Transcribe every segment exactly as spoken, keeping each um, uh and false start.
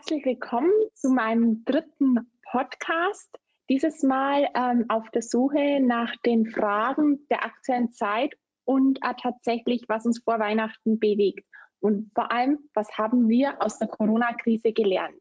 herzlich willkommen zu meinem dritten Podcast. Dieses Mal ähm, auf der Suche nach den Fragen der aktuellen Zeit und äh, tatsächlich, was uns vor Weihnachten bewegt. Und vor allem, was haben wir aus der Corona-Krise gelernt?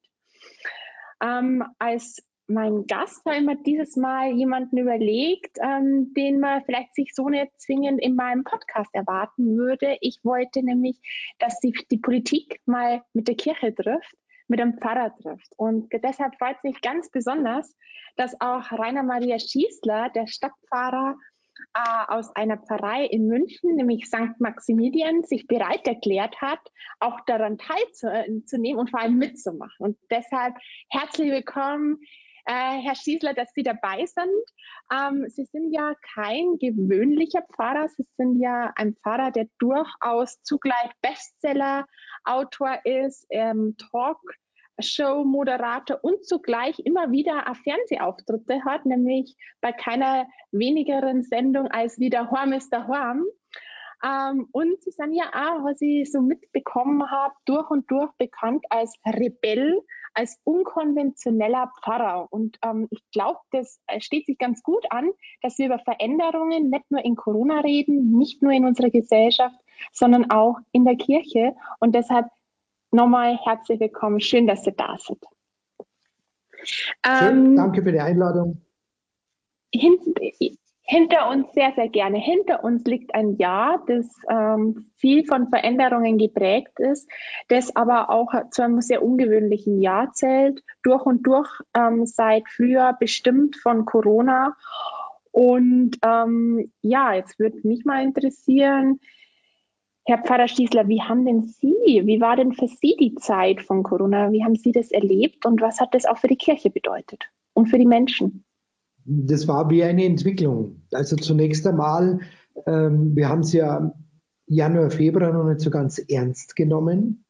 Ähm, als mein Gast habe ich mir dieses Mal jemanden überlegt, ähm, den man vielleicht sich so nicht zwingend in meinem Podcast erwarten würde. Ich wollte nämlich, dass sich die Politik mal mit der Kirche trifft, mit dem Pfarrer trifft. Und deshalb freut es mich ganz besonders, dass auch Rainer Maria Schießler, der Stadtpfarrer äh, aus einer Pfarrei in München, nämlich Sankt Maximilian, sich bereit erklärt hat, auch daran teilzunehmen und vor allem mitzumachen. Und deshalb herzlich willkommen, äh, Herr Schießler, dass Sie dabei sind. Ähm, Sie sind ja kein gewöhnlicher Pfarrer, Sie sind ja ein Pfarrer, der durchaus zugleich Bestseller-Autor ist, ähm, Talkshow-Moderator und zugleich immer wieder Fernsehauftritte hat, nämlich bei keiner wenigeren Sendung als wie der Horm ist der Horm. Ähm, und Sie sind ja auch, was ich so mitbekommen habe, durch und durch bekannt als Rebell, als unkonventioneller Pfarrer. Und ähm, ich glaube, das steht sich ganz gut an, dass wir über Veränderungen nicht nur in Corona reden, nicht nur in unserer Gesellschaft, sondern auch in der Kirche. Und deshalb nochmal herzlich willkommen. Schön, dass Sie da sind. Schön, ähm, danke für die Einladung. Hinten, hinter uns sehr, sehr gerne. Hinter uns liegt ein Jahr, das ähm, viel von Veränderungen geprägt ist, das aber auch zu einem sehr ungewöhnlichen Jahr zählt, durch und durch ähm, seit Frühjahr bestimmt von Corona. Und ähm, ja, jetzt würde mich mal interessieren, Herr Pfarrer Schießler, wie haben denn Sie, wie war denn für Sie die Zeit von Corona? Wie haben Sie das erlebt und was hat das auch für die Kirche bedeutet und für die Menschen? Das war wie eine Entwicklung. Also zunächst einmal, ähm, wir haben es ja Januar, Februar noch nicht so ganz ernst genommen.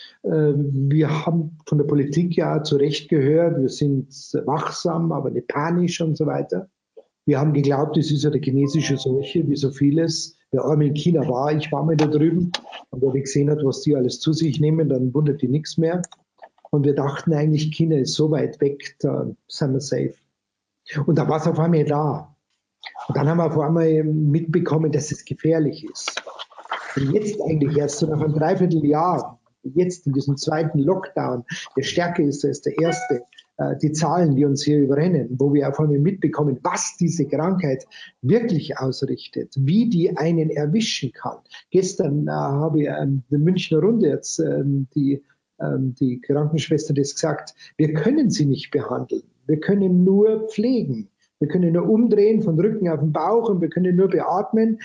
Ähm, wir haben von der Politik ja zu Recht gehört, wir sind wachsam, aber nicht panisch und so weiter. Wir haben geglaubt, es ist eine chinesische Seuche, wie so vieles. Wer einmal in China war, ich war mal da drüben, und wer gesehen hat, was die alles zu sich nehmen, dann wundert die nichts mehr. Und wir dachten eigentlich, China ist so weit weg, da sind wir safe. Und da war es auf einmal da. Und dann haben wir auf einmal mitbekommen, dass es gefährlich ist. Und jetzt eigentlich erst so nach einem Dreivierteljahr, jetzt in diesem zweiten Lockdown, der stärker ist als der erste, äh, die Zahlen, die uns hier überrennen, wo wir auf einmal mitbekommen, was diese Krankheit wirklich ausrichtet, wie die einen erwischen kann. Gestern äh, habe ich ähm, die Münchner Runde jetzt, ähm, die, ähm, die Krankenschwester das gesagt, wir können sie nicht behandeln. Wir können nur pflegen. Wir können nur umdrehen von Rücken auf den Bauch und wir können nur beatmen.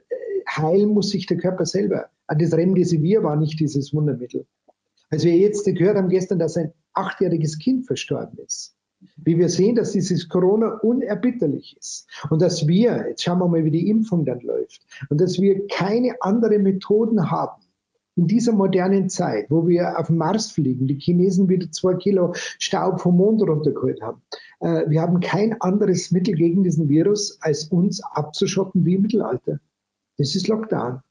Heilen muss sich der Körper selber. Das Remdesivir war nicht dieses Wundermittel. Als wir jetzt gehört haben gestern, dass ein achtjähriges Kind verstorben ist. Wie wir sehen, dass dieses Corona unerbitterlich ist. Und dass wir, jetzt schauen wir mal, wie die Impfung dann läuft, und dass wir keine anderen Methoden haben, in dieser modernen Zeit, wo wir auf dem Mars fliegen, die Chinesen wieder zwei Kilo Staub vom Mond runtergeholt haben. Äh, wir haben kein anderes Mittel gegen diesen Virus, als uns abzuschotten wie im Mittelalter. Das ist Lockdown.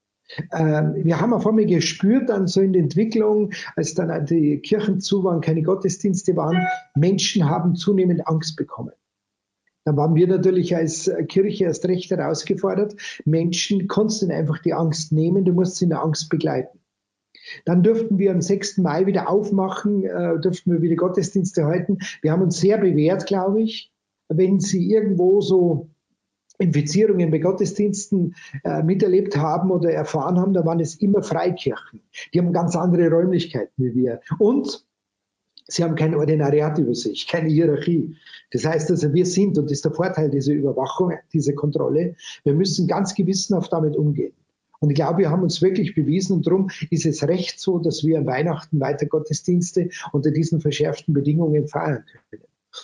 Äh, wir haben auf einmal gespürt, dann so in der Entwicklung, als dann die Kirchen zu waren, keine Gottesdienste waren, Menschen haben zunehmend Angst bekommen. Dann waren wir natürlich als Kirche erst recht herausgefordert. Menschen konnten einfach die Angst nehmen, du musst sie in der Angst begleiten. Dann durften wir am sechsten Mai wieder aufmachen, äh, durften wir wieder Gottesdienste halten. Wir haben uns sehr bewährt, glaube ich. Wenn Sie irgendwo so Infizierungen bei Gottesdiensten äh, miterlebt haben oder erfahren haben, da waren es immer Freikirchen. Die haben ganz andere Räumlichkeiten wie wir. Und sie haben kein Ordinariat über sich, keine Hierarchie. Das heißt also, wir sind, und das ist der Vorteil dieser Überwachung, dieser Kontrolle, wir müssen ganz gewissenhaft damit umgehen. Und ich glaube, wir haben uns wirklich bewiesen und darum ist es recht so, dass wir an Weihnachten weiter Gottesdienste unter diesen verschärften Bedingungen feiern können.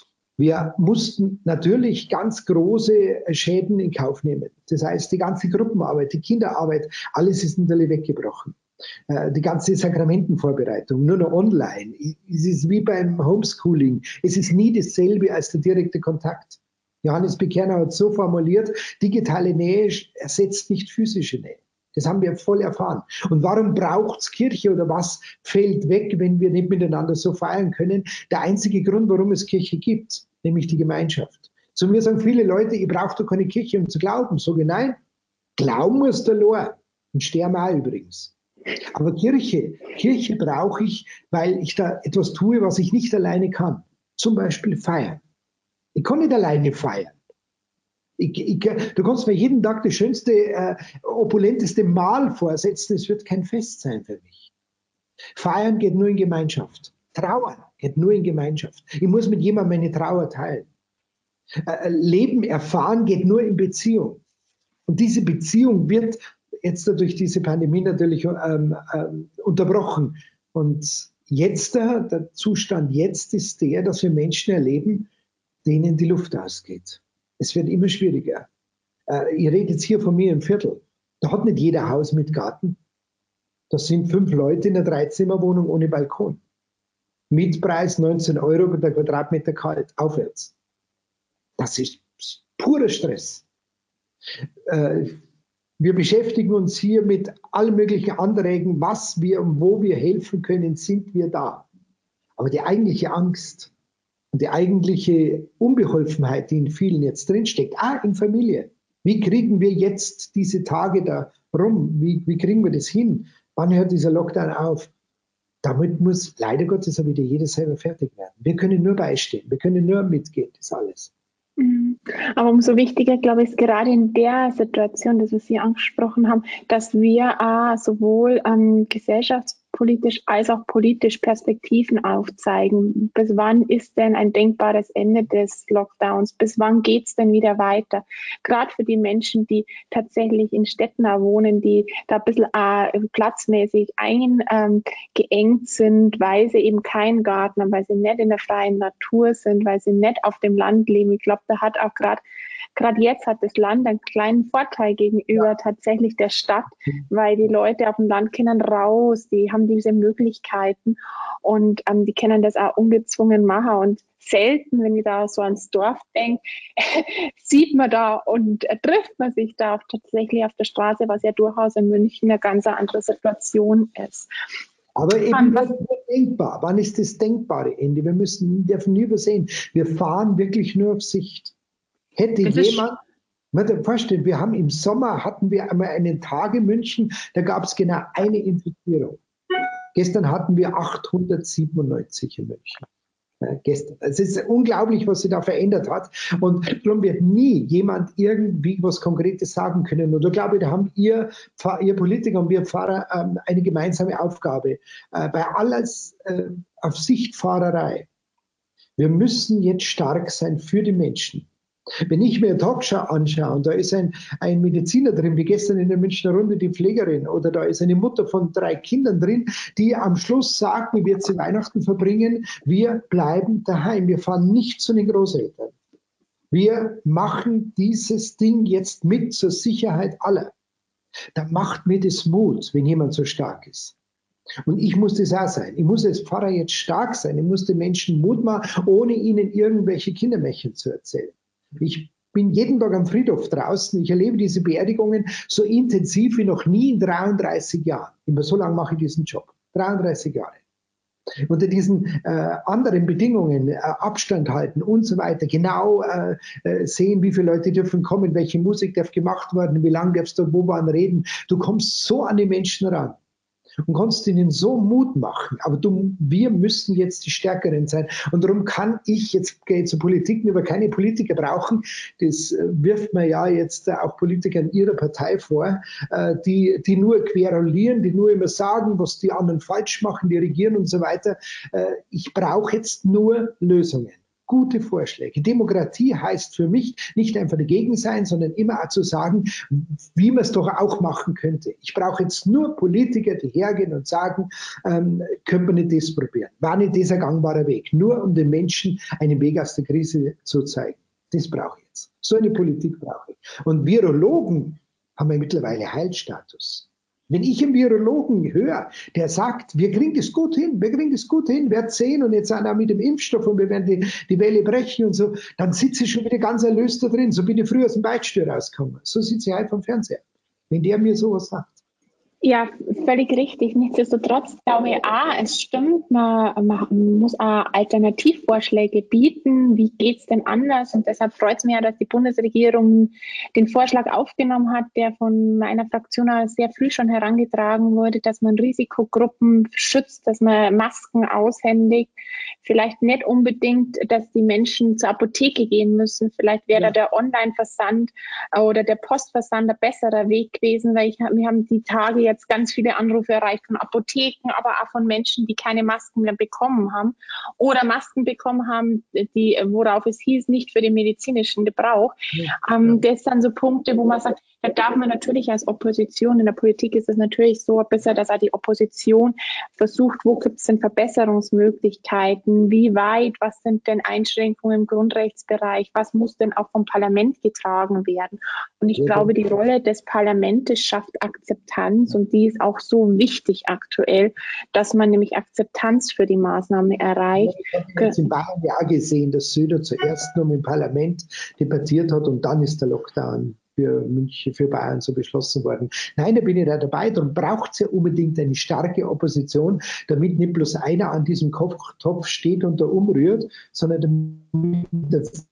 Wir mussten natürlich ganz große Schäden in Kauf nehmen. Das heißt, die ganze Gruppenarbeit, die Kinderarbeit, alles ist natürlich weggebrochen. Die ganze Sakramentenvorbereitung, nur noch online. Es ist wie beim Homeschooling. Es ist nie dasselbe als der direkte Kontakt. Johannes Bekerner hat so formuliert, digitale Nähe ersetzt nicht physische Nähe. Das haben wir voll erfahren. Und warum braucht es Kirche oder was fällt weg, wenn wir nicht miteinander so feiern können? Der einzige Grund, warum es Kirche gibt, nämlich die Gemeinschaft. Zu mir sagen viele Leute, ich brauche doch keine Kirche, um zu glauben. So wie nein, glauben muss der Lor. Und sterben auch übrigens. Aber Kirche, Kirche brauche ich, weil ich da etwas tue, was ich nicht alleine kann. Zum Beispiel feiern. Ich kann nicht alleine feiern. Ich, ich, du kannst mir jeden Tag das schönste, äh, opulenteste Mahl vorsetzen, es wird kein Fest sein für mich. Feiern geht nur in Gemeinschaft. Trauern geht nur in Gemeinschaft. Ich muss mit jemandem meine Trauer teilen. Äh, Leben erfahren geht nur in Beziehung. Und diese Beziehung wird jetzt durch diese Pandemie natürlich ähm, ähm, unterbrochen. Und jetzt, der, der Zustand jetzt ist der, dass wir Menschen erleben, denen die Luft ausgeht. Es wird immer schwieriger. Äh, ich rede jetzt hier von mir im Viertel. Da hat nicht jeder Haus mit Garten. Das sind fünf Leute in einer Dreizimmerwohnung ohne Balkon. Mietpreis neunzehn Euro der Quadratmeter kalt, aufwärts. Das ist purer Stress. Äh, wir beschäftigen uns hier mit allen möglichen Anträgen, was wir und wo wir helfen können, sind wir da. Aber die eigentliche Angst und die eigentliche Unbeholfenheit, die in vielen jetzt drinsteckt, auch in Familie. Wie kriegen wir jetzt diese Tage da rum? Wie, wie kriegen wir das hin? Wann hört dieser Lockdown auf? Damit muss leider Gottes auch wieder jeder selber fertig werden. Wir können nur beistehen, wir können nur mitgehen, das ist alles. Aber umso wichtiger, glaube ich, ist gerade in der Situation, das was Sie angesprochen haben, dass wir äh, sowohl ähm, gesellschaftspolitisch als auch politisch Perspektiven aufzeigen. Bis wann ist denn ein denkbares Ende des Lockdowns? Bis wann geht es denn wieder weiter? Gerade für die Menschen, die tatsächlich in Städten wohnen, die da ein bisschen äh, platzmäßig eingeengt ähm, sind, weil sie eben keinen Garten haben, weil sie nicht in der freien Natur sind, weil sie nicht auf dem Land leben. Ich glaube, da hat auch gerade Gerade jetzt hat das Land einen kleinen Vorteil gegenüber ja. tatsächlich der Stadt, weil die Leute auf dem Land können raus, die haben diese Möglichkeiten und ähm, die können das auch ungezwungen machen. Und selten, wenn ich da so ans Dorf denke, sieht man da und äh, trifft man sich da auch tatsächlich auf der Straße, was ja durchaus in München eine ganz andere Situation ist. Aber eben was denkbar. Wann ist das denkbare Ende? Wir müssen dürfen nie übersehen. Wir fahren wirklich nur auf Sicht. Hätte das jemand, man muss sich vorstellen, wir haben im Sommer, hatten wir einmal einen Tag in München, da gab es genau eine Infizierung. Gestern hatten wir achthundertsiebenundneunzig in München. Ja, gestern. Es ist unglaublich, was sich da verändert hat. Und darum wird nie jemand irgendwie was Konkretes sagen können. Und da glaube ich, da haben ihr, ihr Politiker und wir Pfarrer ähm, eine gemeinsame Aufgabe. Äh, bei alles äh, auf Sichtfahrerei. Wir müssen jetzt stark sein für die Menschen. Wenn ich mir eine Talkshow anschaue und da ist ein, ein Mediziner drin, wie gestern in der Münchner Runde die Pflegerin, oder da ist eine Mutter von drei Kindern drin, die am Schluss sagt, wie wird sie Weihnachten verbringen, wir bleiben daheim, wir fahren nicht zu den Großeltern. Wir machen dieses Ding jetzt mit zur Sicherheit aller. Da macht mir das Mut, wenn jemand so stark ist. Und ich muss das auch sein. Ich muss als Pfarrer jetzt stark sein. Ich muss den Menschen Mut machen, ohne ihnen irgendwelche Kindermärchen zu erzählen. Ich bin jeden Tag am Friedhof draußen. Ich erlebe diese Beerdigungen so intensiv wie noch nie in dreiunddreißig Jahren. Immer so lange mache ich diesen Job. dreiunddreißig Jahre. Unter diesen äh, anderen Bedingungen, äh, Abstand halten und so weiter, genau äh, äh, sehen, wie viele Leute dürfen kommen, welche Musik darf gemacht werden, wie lange darfst du wo wann reden. Du kommst so an die Menschen ran. Und kannst ihnen so Mut machen. Aber du, wir müssen jetzt die Stärkeren sein. Und darum kann ich, jetzt gehe ich zur Politik, über keine Politiker brauchen. Das wirft man ja jetzt auch Politikern ihrer Partei vor, die, die nur querulieren, die nur immer sagen, was die anderen falsch machen, die regieren und so weiter. Ich brauche jetzt nur Lösungen. Gute Vorschläge. Demokratie heißt für mich nicht einfach dagegen sein, sondern immer auch zu sagen, wie man es doch auch machen könnte. Ich brauche jetzt nur Politiker, die hergehen und sagen, ähm, können wir nicht das probieren. War nicht das ein gangbarer Weg? Nur um den Menschen einen Weg aus der Krise zu zeigen. Das brauche ich jetzt. So eine Politik brauche ich. Und Virologen haben ja mittlerweile Heilstatus. Wenn ich einen Virologen höre, der sagt, wir kriegen das gut hin, wir kriegen das gut hin, wir sehen und jetzt auch mit dem Impfstoff und wir werden die, die Welle brechen und so, dann sitze ich schon wieder ganz erlöst da drin, so bin ich früher aus dem Beichtstuhl rausgekommen. So sitze ich halt vom Fernseher, wenn der mir sowas sagt. Ja, völlig richtig. Nichtsdestotrotz glaube ich auch, es stimmt, man, man muss auch Alternativvorschläge bieten. Wie geht's denn anders? Und deshalb freut es mich ja, dass die Bundesregierung den Vorschlag aufgenommen hat, der von meiner Fraktion auch sehr früh schon herangetragen wurde, dass man Risikogruppen schützt, dass man Masken aushändigt. Vielleicht nicht unbedingt, dass die Menschen zur Apotheke gehen müssen. Vielleicht wäre da Ja. der Online-Versand oder der Postversand ein besserer Weg gewesen, weil ich, wir haben die Tage jetzt ganz viele Anrufe erreicht von Apotheken, aber auch von Menschen, die keine Masken mehr bekommen haben oder Masken bekommen haben, die, worauf es hieß, nicht für den medizinischen Gebrauch. Ja. Ähm, das sind so Punkte, wo man sagt, da darf man natürlich als Opposition, in der Politik ist es natürlich so besser, dass auch die Opposition versucht, wo gibt es denn Verbesserungsmöglichkeiten, wie weit, was sind denn Einschränkungen im Grundrechtsbereich, was muss denn auch vom Parlament getragen werden. Und ich Sehr glaube, gut. die Rolle des Parlaments schafft Akzeptanz und die ist auch so wichtig aktuell, dass man nämlich Akzeptanz für die Maßnahme erreicht. Ich habe jetzt in Bayern ja gesehen, dass Söder zuerst nur im Parlament debattiert hat und dann ist der Lockdown für München, für Bayern so beschlossen worden. Nein, da bin ich da dabei. Darum braucht es ja unbedingt eine starke Opposition, damit nicht bloß einer an diesem Topf steht und da umrührt, sondern damit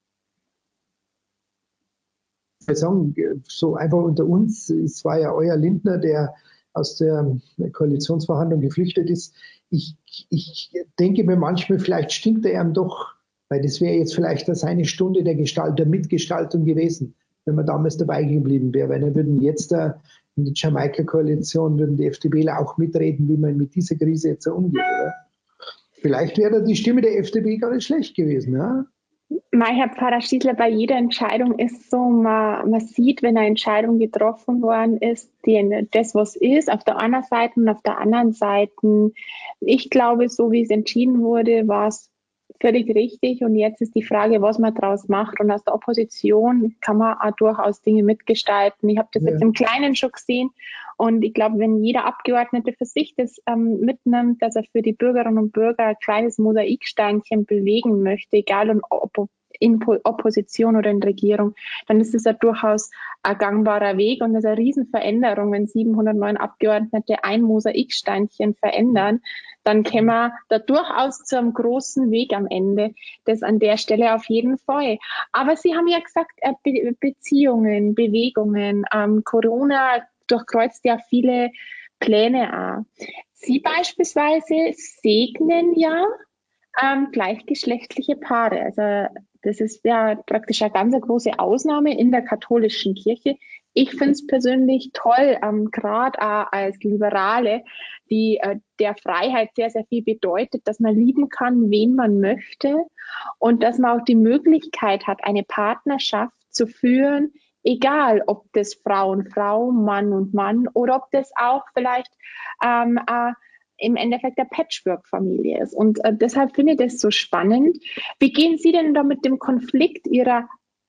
wir sagen, so einfach unter uns, es war ja euer Lindner, der aus der Koalitionsverhandlung geflüchtet ist. Ich, ich denke mir manchmal, vielleicht stinkt er ihm doch, weil das wäre jetzt vielleicht seine Stunde der Gestalt, der Mitgestaltung gewesen, wenn man damals dabei geblieben wäre, weil dann würden jetzt da in der Jamaika-Koalition würden die FDPler auch mitreden, wie man mit dieser Krise jetzt so umgeht, oder? Vielleicht wäre da die Stimme der F D P gar nicht schlecht gewesen, ja? Mein Herr Pfarrer Schießler, bei jeder Entscheidung ist so, man, man sieht, wenn eine Entscheidung getroffen worden ist, die, das, was ist, auf der einen Seite und auf der anderen Seite. Ich glaube, so wie es entschieden wurde, war es völlig richtig. Und jetzt ist die Frage, was man daraus macht. Und aus der Opposition kann man auch durchaus Dinge mitgestalten. Ich habe das Ja. jetzt im Kleinen schon gesehen. Und ich glaube, wenn jeder Abgeordnete für sich das ähm, mitnimmt, dass er für die Bürgerinnen und Bürger ein kleines Mosaiksteinchen bewegen möchte, egal ob in Opposition oder in Regierung, dann ist es ja durchaus ein gangbarer Weg und das ist eine Riesenveränderung, wenn siebenhundertneun Abgeordnete ein Mosaiksteinchen verändern, dann kämen wir da durchaus zu einem großen Weg am Ende. Das an der Stelle auf jeden Fall. Aber Sie haben ja gesagt, Be Beziehungen, Bewegungen, ähm, Corona durchkreuzt ja viele Pläne auch. Sie beispielsweise segnen ja ähm, gleichgeschlechtliche Paare. Also das ist ja praktisch eine ganz große Ausnahme in der katholischen Kirche. Ich finde es persönlich toll, ähm, gerade auch als Liberale, die äh, der Freiheit sehr, sehr viel bedeutet, dass man lieben kann, wen man möchte und dass man auch die Möglichkeit hat, eine Partnerschaft zu führen, egal ob das Frau und Frau, Mann und Mann oder ob das auch vielleicht ähm, äh, im Endeffekt der Patchwork-Familie ist. Und äh, deshalb finde ich das so spannend. Wie gehen Sie denn da mit dem Konflikt Ihrer,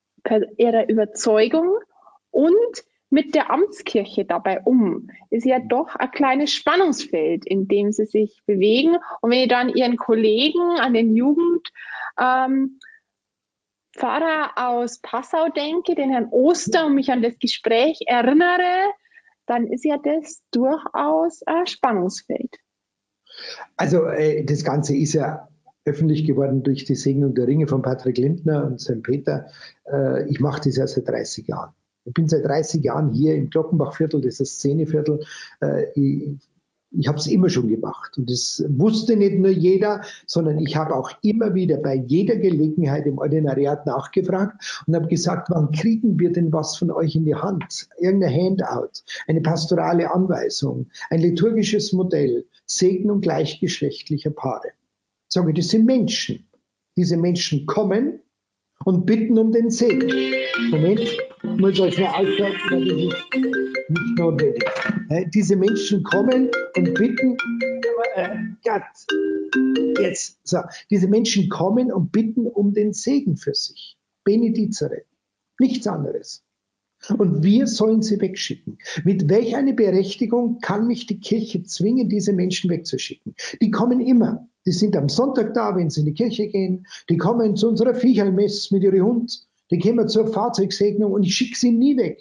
Ihrer Überzeugung und mit der Amtskirche dabei um? Ist ja doch ein kleines Spannungsfeld, in dem Sie sich bewegen. Und wenn ich dann Ihren Kollegen an den Jugend ähm, Pfarrer aus Passau denke, den Herrn Oster, und mich an das Gespräch erinnere, dann ist ja das durchaus ein Spannungsfeld. Also äh, das Ganze ist ja öffentlich geworden durch die Segnung der Ringe von Patrick Lindner und Sankt Peter. Äh, ich mache das ja seit dreißig Jahren. Ich bin seit dreißig Jahren hier im Glockenbachviertel, das ist das Szeneviertel. Äh, ich ich habe es immer schon gemacht. Und das wusste nicht nur jeder, sondern ich habe auch immer wieder bei jeder Gelegenheit im Ordinariat nachgefragt und habe gesagt, wann kriegen wir denn was von euch in die Hand? Irgendein Handout, eine pastorale Anweisung, ein liturgisches Modell, Segnung gleichgeschlechtlicher Paare. Ich sage, das sind Menschen. Diese Menschen kommen und bitten um den Segen. Moment, ich muss euch mal ausschalten, weil das ist nicht notwendig. Äh, diese Menschen kommen und bitten, äh, Gott, jetzt, so, diese Menschen kommen und bitten um den Segen für sich. Benedizere, nichts anderes. Und wir sollen sie wegschicken. Mit welch einer Berechtigung kann mich die Kirche zwingen, diese Menschen wegzuschicken? Die kommen immer. Die sind am Sonntag da, wenn sie in die Kirche gehen. Die kommen zu unserer Viecherlmesse mit ihrem Hund. Die kommen zur Fahrzeugsegnung und ich schicke sie nie weg.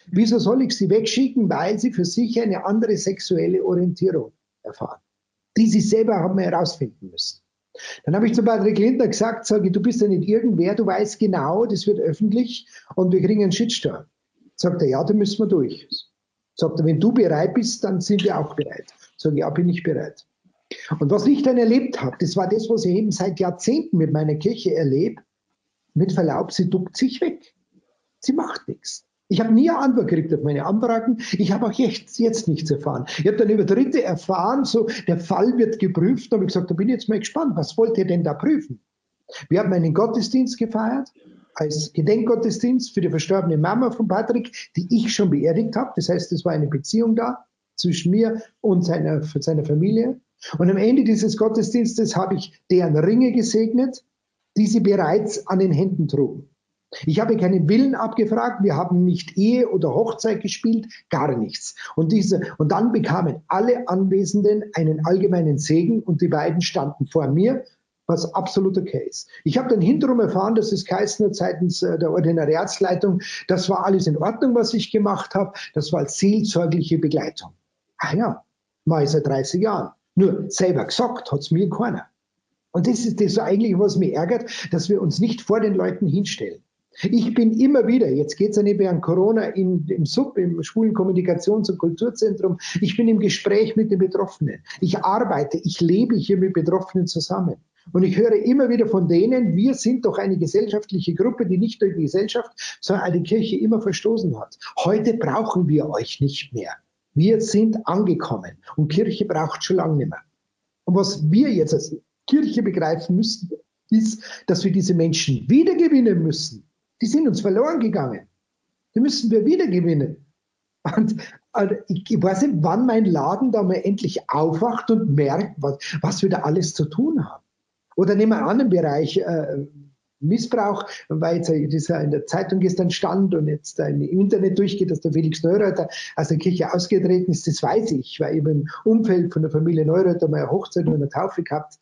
Wieso soll ich sie wegschicken, weil sie für sich eine andere sexuelle Orientierung erfahren, die sie selber haben herausfinden müssen? Dann habe ich zu Patrick Lindner gesagt, sage ich, du bist ja nicht irgendwer, du weißt genau, das wird öffentlich und wir kriegen einen Shitstorm. Sagt er, ja, da müssen wir durch. Sagt er, wenn du bereit bist, dann sind wir auch bereit. Sage ich, ja, bin ich bereit. Und was ich dann erlebt habe, das war das, was ich eben seit Jahrzehnten mit meiner Kirche erlebe. Mit Verlaub, sie duckt sich weg. Sie macht nichts. Ich habe nie eine Antwort gekriegt auf meine Anfragen. Ich habe auch jetzt, jetzt nichts erfahren. Ich habe dann über Dritte erfahren, so der Fall wird geprüft. Da habe ich gesagt, da bin ich jetzt mal gespannt. Was wollt ihr denn da prüfen? Wir haben einen Gottesdienst gefeiert, als Gedenkgottesdienst für die verstorbene Mama von Patrick, die ich schon beerdigt habe. Das heißt, es war eine Beziehung da zwischen mir und seiner, seiner Familie. Und am Ende dieses Gottesdienstes habe ich deren Ringe gesegnet, die sie bereits an den Händen trugen. Ich habe keinen Willen abgefragt, wir haben nicht Ehe oder Hochzeit gespielt, gar nichts. Und, diese, und dann bekamen alle Anwesenden einen allgemeinen Segen und die beiden standen vor mir, was absolut okay ist. Ich habe dann hinterher erfahren, dass es geheißen hat seitens der Ordinariatsleitung, das war alles in Ordnung, was ich gemacht habe, das war als seelsorgliche Begleitung. Ah ja, mache ich seit dreißig Jahren. Nur selber gesagt hat es mir keiner. Und das ist das eigentlich, was mich ärgert, dass wir uns nicht vor den Leuten hinstellen. Ich bin immer wieder, jetzt geht es ja nicht mehr an Corona, in, im S U B, im Schwulen Kommunikations- und Kulturzentrum, ich bin im Gespräch mit den Betroffenen. Ich arbeite, ich lebe hier mit Betroffenen zusammen. Und ich höre immer wieder von denen, wir sind doch eine gesellschaftliche Gruppe, die nicht durch die Gesellschaft, sondern die Kirche immer verstoßen hat. Heute brauchen wir euch nicht mehr. Wir sind angekommen und Kirche braucht schon lange nicht mehr. Und was wir jetzt als Kirche begreifen müssen, ist, dass wir diese Menschen wiedergewinnen müssen. Die sind uns verloren gegangen. Die müssen wir wiedergewinnen. Und, und ich, ich weiß nicht, wann mein Laden da mal endlich aufwacht und merkt, was, was wir da alles zu tun haben. Oder nehmen wir einen anderen Bereich, äh, Missbrauch, weil jetzt das ja in der Zeitung gestern stand und jetzt im Internet durchgeht, dass der Felix Neureuther aus der Kirche ausgetreten ist, das weiß ich, weil ich im Umfeld von der Familie Neureuther mal eine Hochzeit und eine Taufe gehabt.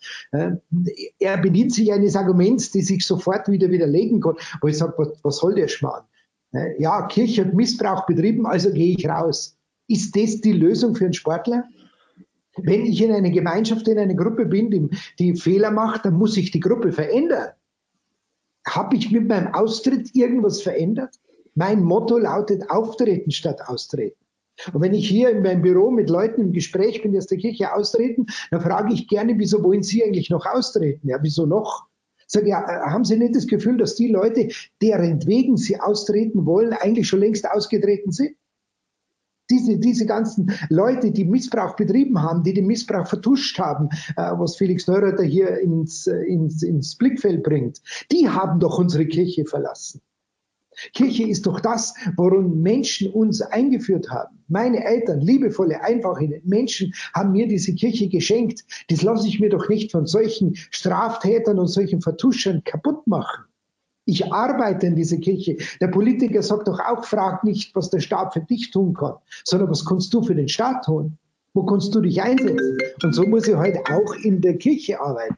Er bedient sich eines Arguments, das sich sofort wieder widerlegen kann, wo ich sage, was, was soll der Schmarrn? Ja, Kirche hat Missbrauch betrieben, also gehe ich raus. Ist das die Lösung für einen Sportler? Wenn ich in einer Gemeinschaft, in einer Gruppe bin, die, die Fehler macht, dann muss ich die Gruppe verändern. Habe ich mit meinem Austritt irgendwas verändert? Mein Motto lautet Auftreten statt Austreten. Und wenn ich hier in meinem Büro mit Leuten im Gespräch bin, die aus der Kirche austreten, dann frage ich gerne, wieso wollen Sie eigentlich noch austreten? Ja, wieso noch? Sag ja, haben Sie nicht das Gefühl, dass die Leute, deren wegen Sie austreten wollen, eigentlich schon längst ausgetreten sind? Diese, diese ganzen Leute, die Missbrauch betrieben haben, die den Missbrauch vertuscht haben, äh, was Felix Neureuther hier ins, ins, ins Blickfeld bringt, die haben doch unsere Kirche verlassen. Kirche ist doch das, worum Menschen uns eingeführt haben. Meine Eltern, liebevolle, einfache Menschen, haben mir diese Kirche geschenkt. Das lasse ich mir doch nicht von solchen Straftätern und solchen Vertuschern kaputt machen. Ich arbeite in dieser Kirche. Der Politiker sagt doch auch, frag nicht, was der Staat für dich tun kann, sondern was kannst du für den Staat tun? Wo kannst du dich einsetzen? Und so muss ich heute auch in der Kirche arbeiten.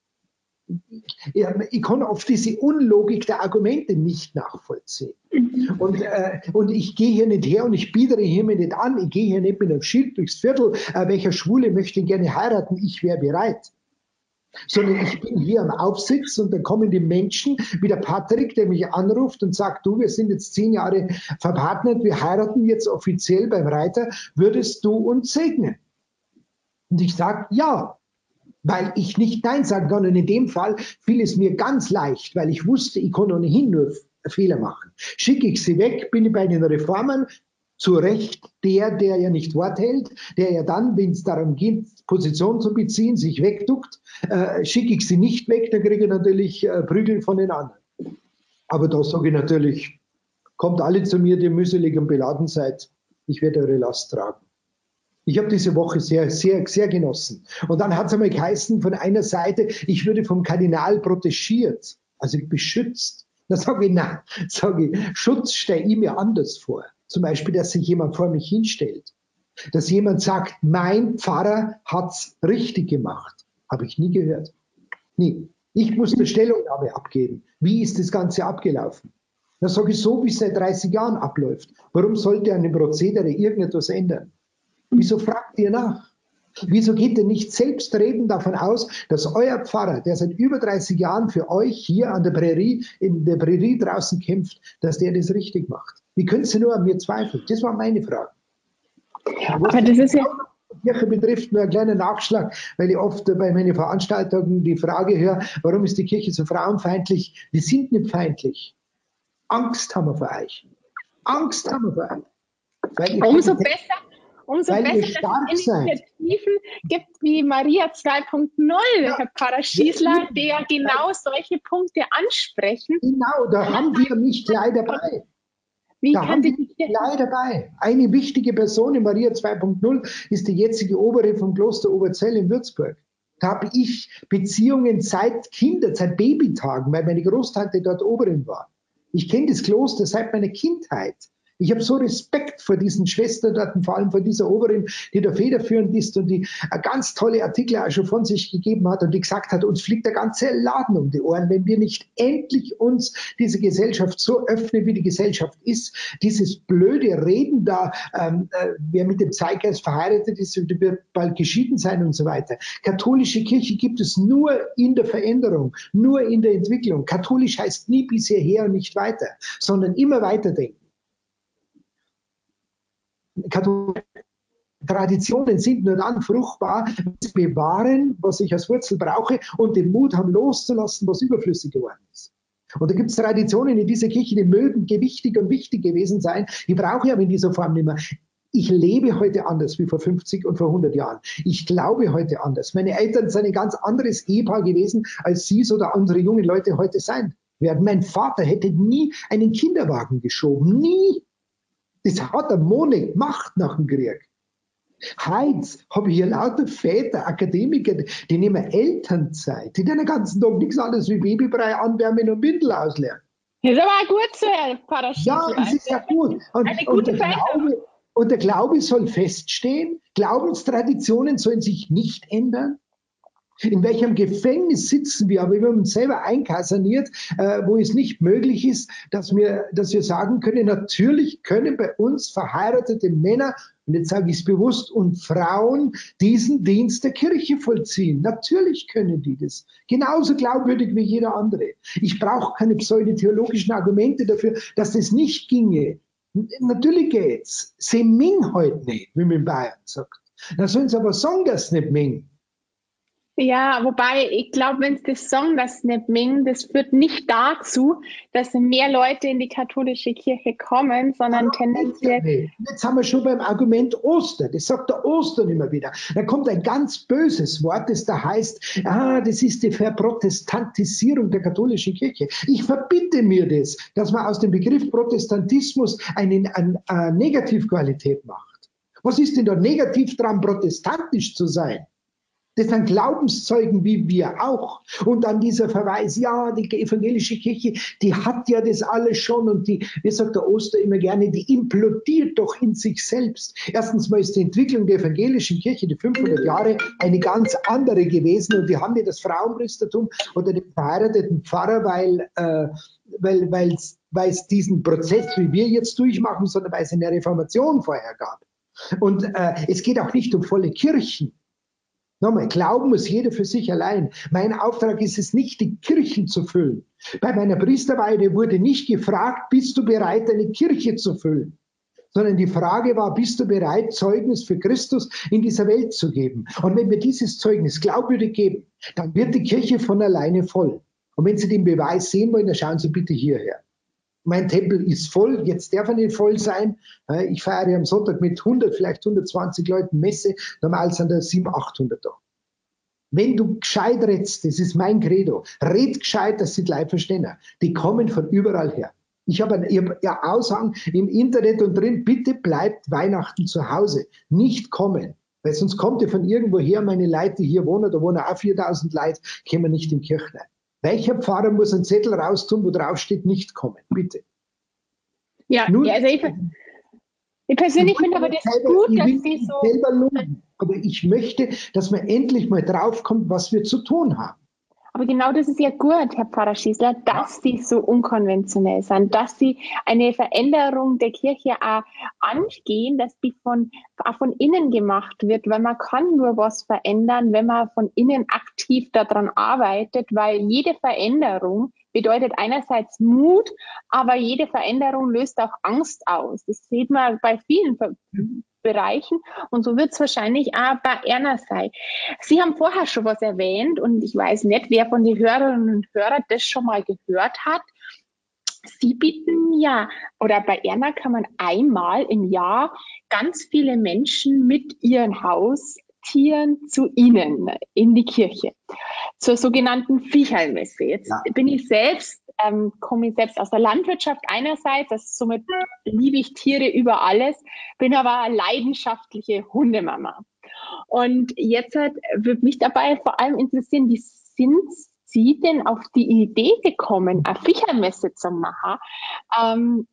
Ich kann oft diese Unlogik der Argumente nicht nachvollziehen. Und, äh, und ich gehe hier nicht her und ich biedere hier mir nicht an. Ich gehe hier nicht mit einem Schild durchs Viertel. Äh, welcher Schwule möchte gerne heiraten? Ich wäre bereit. Sondern ich bin hier am Aufsitz und dann kommen die Menschen, wie der Patrick, der mich anruft und sagt, du, wir sind jetzt zehn Jahre verpartnert, wir heiraten jetzt offiziell beim Reiter, würdest du uns segnen? Und ich sage, ja, weil ich nicht Nein sagen kann. Und in dem Fall fiel es mir ganz leicht, weil ich wusste, ich kann ohnehin nur Fehler machen. Schicke ich sie weg, bin ich bei den Reformern, zu Recht der, der ja nicht Wort hält, der ja dann, wenn es darum geht, Position zu beziehen, sich wegduckt, äh, schicke ich sie nicht weg, dann kriege ich natürlich äh, Prügel von den anderen. Aber da sage ich natürlich, kommt alle zu mir, die mühselig und beladen seid, ich werde eure Last tragen. Ich habe diese Woche sehr, sehr, sehr genossen. Und dann hat es einmal geheißen, von einer Seite, ich würde vom Kardinal protegiert, also beschützt. Da sage ich, nein, sage ich, Schutz stelle ich mir anders vor. Zum Beispiel, dass sich jemand vor mich hinstellt. Dass jemand sagt, mein Pfarrer hat's richtig gemacht. Habe ich nie gehört. Nie. Ich musste Stellungnahme abgeben. Wie ist das Ganze abgelaufen? Das sage ich so, wie es seit dreißig Jahren abläuft. Warum sollte an dem Prozedere irgendetwas ändern? Wieso fragt ihr nach? Wieso geht ihr nicht selbstredend davon aus, dass euer Pfarrer, der seit über dreißig Jahren für euch hier an der Prärie, in der Prärie draußen kämpft, dass der das richtig macht? Wie könnt ihr nur an mir zweifeln? Das war meine Frage. Aber das ist ja... Die Kirche betrifft nur ein kleiner Nachschlag, weil ich oft bei meinen Veranstaltungen die Frage höre, warum ist die Kirche so frauenfeindlich? Wir sind nicht feindlich. Angst haben wir vor euch. Angst haben wir vor euch. Weil umso besser, umso weil besser, dass es Initiativen gibt wie Maria zwei Punkt null, ja. Herr Pfarrer Schießler, die ja genau solche Punkte ansprechen. Genau, da haben wir mich gleich dabei. Wie da kann haben die wir gleich dabei. Eine wichtige Person in Maria zwei Punkt null ist die jetzige Obere vom Kloster Oberzell in Würzburg. Da habe ich Beziehungen seit Kinder, seit Babytagen, weil meine Großtante dort Oberin war. Ich kenne das Kloster seit meiner Kindheit. Ich habe so Respekt vor diesen Schwestern dort, vor allem vor dieser Oberin, die da federführend ist und die ganz tolle Artikel auch schon von sich gegeben hat und die gesagt hat, uns fliegt der ganze Laden um die Ohren, wenn wir nicht endlich uns diese Gesellschaft so öffnen, wie die Gesellschaft ist. Dieses blöde Reden da, ähm, äh, wer mit dem Zeitgeist verheiratet ist, wird bald geschieden sein und so weiter. Katholische Kirche gibt es nur in der Veränderung, nur in der Entwicklung. Katholisch heißt nie bisher her und nicht weiter, sondern immer weiterdenken. Traditionen sind nur dann fruchtbar, wenn sie bewahren, was ich als Wurzel brauche und den Mut haben, loszulassen, was überflüssig geworden ist. Und da gibt es Traditionen in dieser Kirche, die mögen gewichtig und wichtig gewesen sein. Die brauche ich aber in dieser Form nicht mehr. Ich lebe heute anders wie vor fünfzig und vor hundert Jahren. Ich glaube heute anders. Meine Eltern sind ein ganz anderes Ehepaar gewesen, als Sie oder unsere jungen Leute heute sein werden. Mein Vater hätte nie einen Kinderwagen geschoben. Nie. Das hat der Monat gemacht nach dem Krieg. Heute habe ich hier lauter Väter, Akademiker, die nehmen Elternzeit, die den ganzen Tag nichts anderes wie Babybrei anwärmen und Windel ausleeren. Das ist aber gut so, Herr Pfarrer Schießler. Ja, das ist ja gut. Und, Eine und, gute der Glaube, und der Glaube soll feststehen. Glaubenstraditionen sollen sich nicht ändern. In welchem Gefängnis sitzen wir, aber wir haben uns selber einkasaniert, äh, wo es nicht möglich ist, dass wir, dass wir sagen können, natürlich können bei uns verheiratete Männer, und jetzt sage ich es bewusst, und Frauen diesen Dienst der Kirche vollziehen. Natürlich können die das. Genauso glaubwürdig wie jeder andere. Ich brauche keine pseudotheologischen Argumente dafür, dass das nicht ginge. Natürlich geht's. Sie ming heute nicht, wie man in Bayern sagt. Dann sollen sie aber sagen, dass es nicht ming. Ja, wobei, ich glaube, wenn es das Song das nicht mengen, das führt nicht dazu, dass mehr Leute in die katholische Kirche kommen, sondern tendenziell... Ja, jetzt haben wir schon beim Argument Ostern, das sagt der Ostern immer wieder. Da kommt ein ganz böses Wort, das da heißt, ah, das ist die Verprotestantisierung der katholischen Kirche. Ich verbitte mir das, dass man aus dem Begriff Protestantismus eine, eine, eine Negativqualität macht. Was ist denn da negativ dran, protestantisch zu sein? Das sind Glaubenszeugen wie wir auch. Und dann dieser Verweis, ja, die evangelische Kirche, die hat ja das alles schon und die, wie sagt der Oster immer gerne, die implodiert doch in sich selbst. Erstens mal ist die Entwicklung der evangelischen Kirche, die fünfhundert Jahre, eine ganz andere gewesen und wir haben nicht das Frauenpriestertum oder den verheirateten Pfarrer, weil, äh, weil, weil, weil es diesen Prozess, wie wir jetzt durchmachen, sondern weil es eine Reformation vorher gab. Und äh, es geht auch nicht um volle Kirchen. Nochmal, glauben muss jeder für sich allein. Mein Auftrag ist es nicht, die Kirchen zu füllen. Bei meiner Priesterweihe wurde nicht gefragt, bist du bereit, eine Kirche zu füllen? Sondern die Frage war, bist du bereit, Zeugnis für Christus in dieser Welt zu geben? Und wenn wir dieses Zeugnis glaubwürdig geben, dann wird die Kirche von alleine voll. Und wenn Sie den Beweis sehen wollen, dann schauen Sie bitte hierher. Mein Tempel ist voll, jetzt darf er nicht voll sein. Ich feiere am Sonntag mit hundert, vielleicht hundertzwanzig Leuten Messe, normal sind da siebenhundert, achthundert da. Wenn du gescheit redst, das ist mein Credo, red gescheit, dass sie die Leute verstehen. Die kommen von überall her. Ich habe einen hab ja Aushang im Internet und drin, bitte bleibt Weihnachten zu Hause, nicht kommen. Weil sonst kommt ihr von irgendwo her, meine Leute, die hier wohnen, da wohnen auch viertausend Leute, kommen nicht in die Kirche rein. Welcher Pfarrer muss einen Zettel raustun, wo drauf steht, nicht kommen? Bitte. Ja, Nur, ja also ich, ich persönlich finde aber das selber, gut, dass Sie so... Selber loben, aber ich möchte, dass man endlich mal draufkommt, was wir zu tun haben. Aber genau das ist ja gut, Herr Pfarrer Schießler, dass Sie so unkonventionell sind, dass Sie eine Veränderung der Kirche auch angehen, dass die von, auch von innen gemacht wird, weil man kann nur was verändern, wenn man von innen aktiv daran arbeitet, weil jede Veränderung bedeutet einerseits Mut, aber jede Veränderung löst auch Angst aus. Das sieht man bei vielen Bereichen und so wird es wahrscheinlich auch bei Erna sein. Sie haben vorher schon was erwähnt und ich weiß nicht, wer von den Hörerinnen und Hörern das schon mal gehört hat. Sie bieten ja, oder bei Erna kann man einmal im Jahr ganz viele Menschen mit ihren Haustieren zu Ihnen in die Kirche, zur sogenannten Viecherlmesse. Jetzt ja. bin ich selbst, ähm, komme ich selbst aus der Landwirtschaft einerseits, also somit liebe ich Tiere über alles, bin aber leidenschaftliche Hundemama. Und jetzt halt, würde mich dabei vor allem interessieren, wie sind Sie denn auf die Idee gekommen, eine Viechermesse zu machen? Ähm,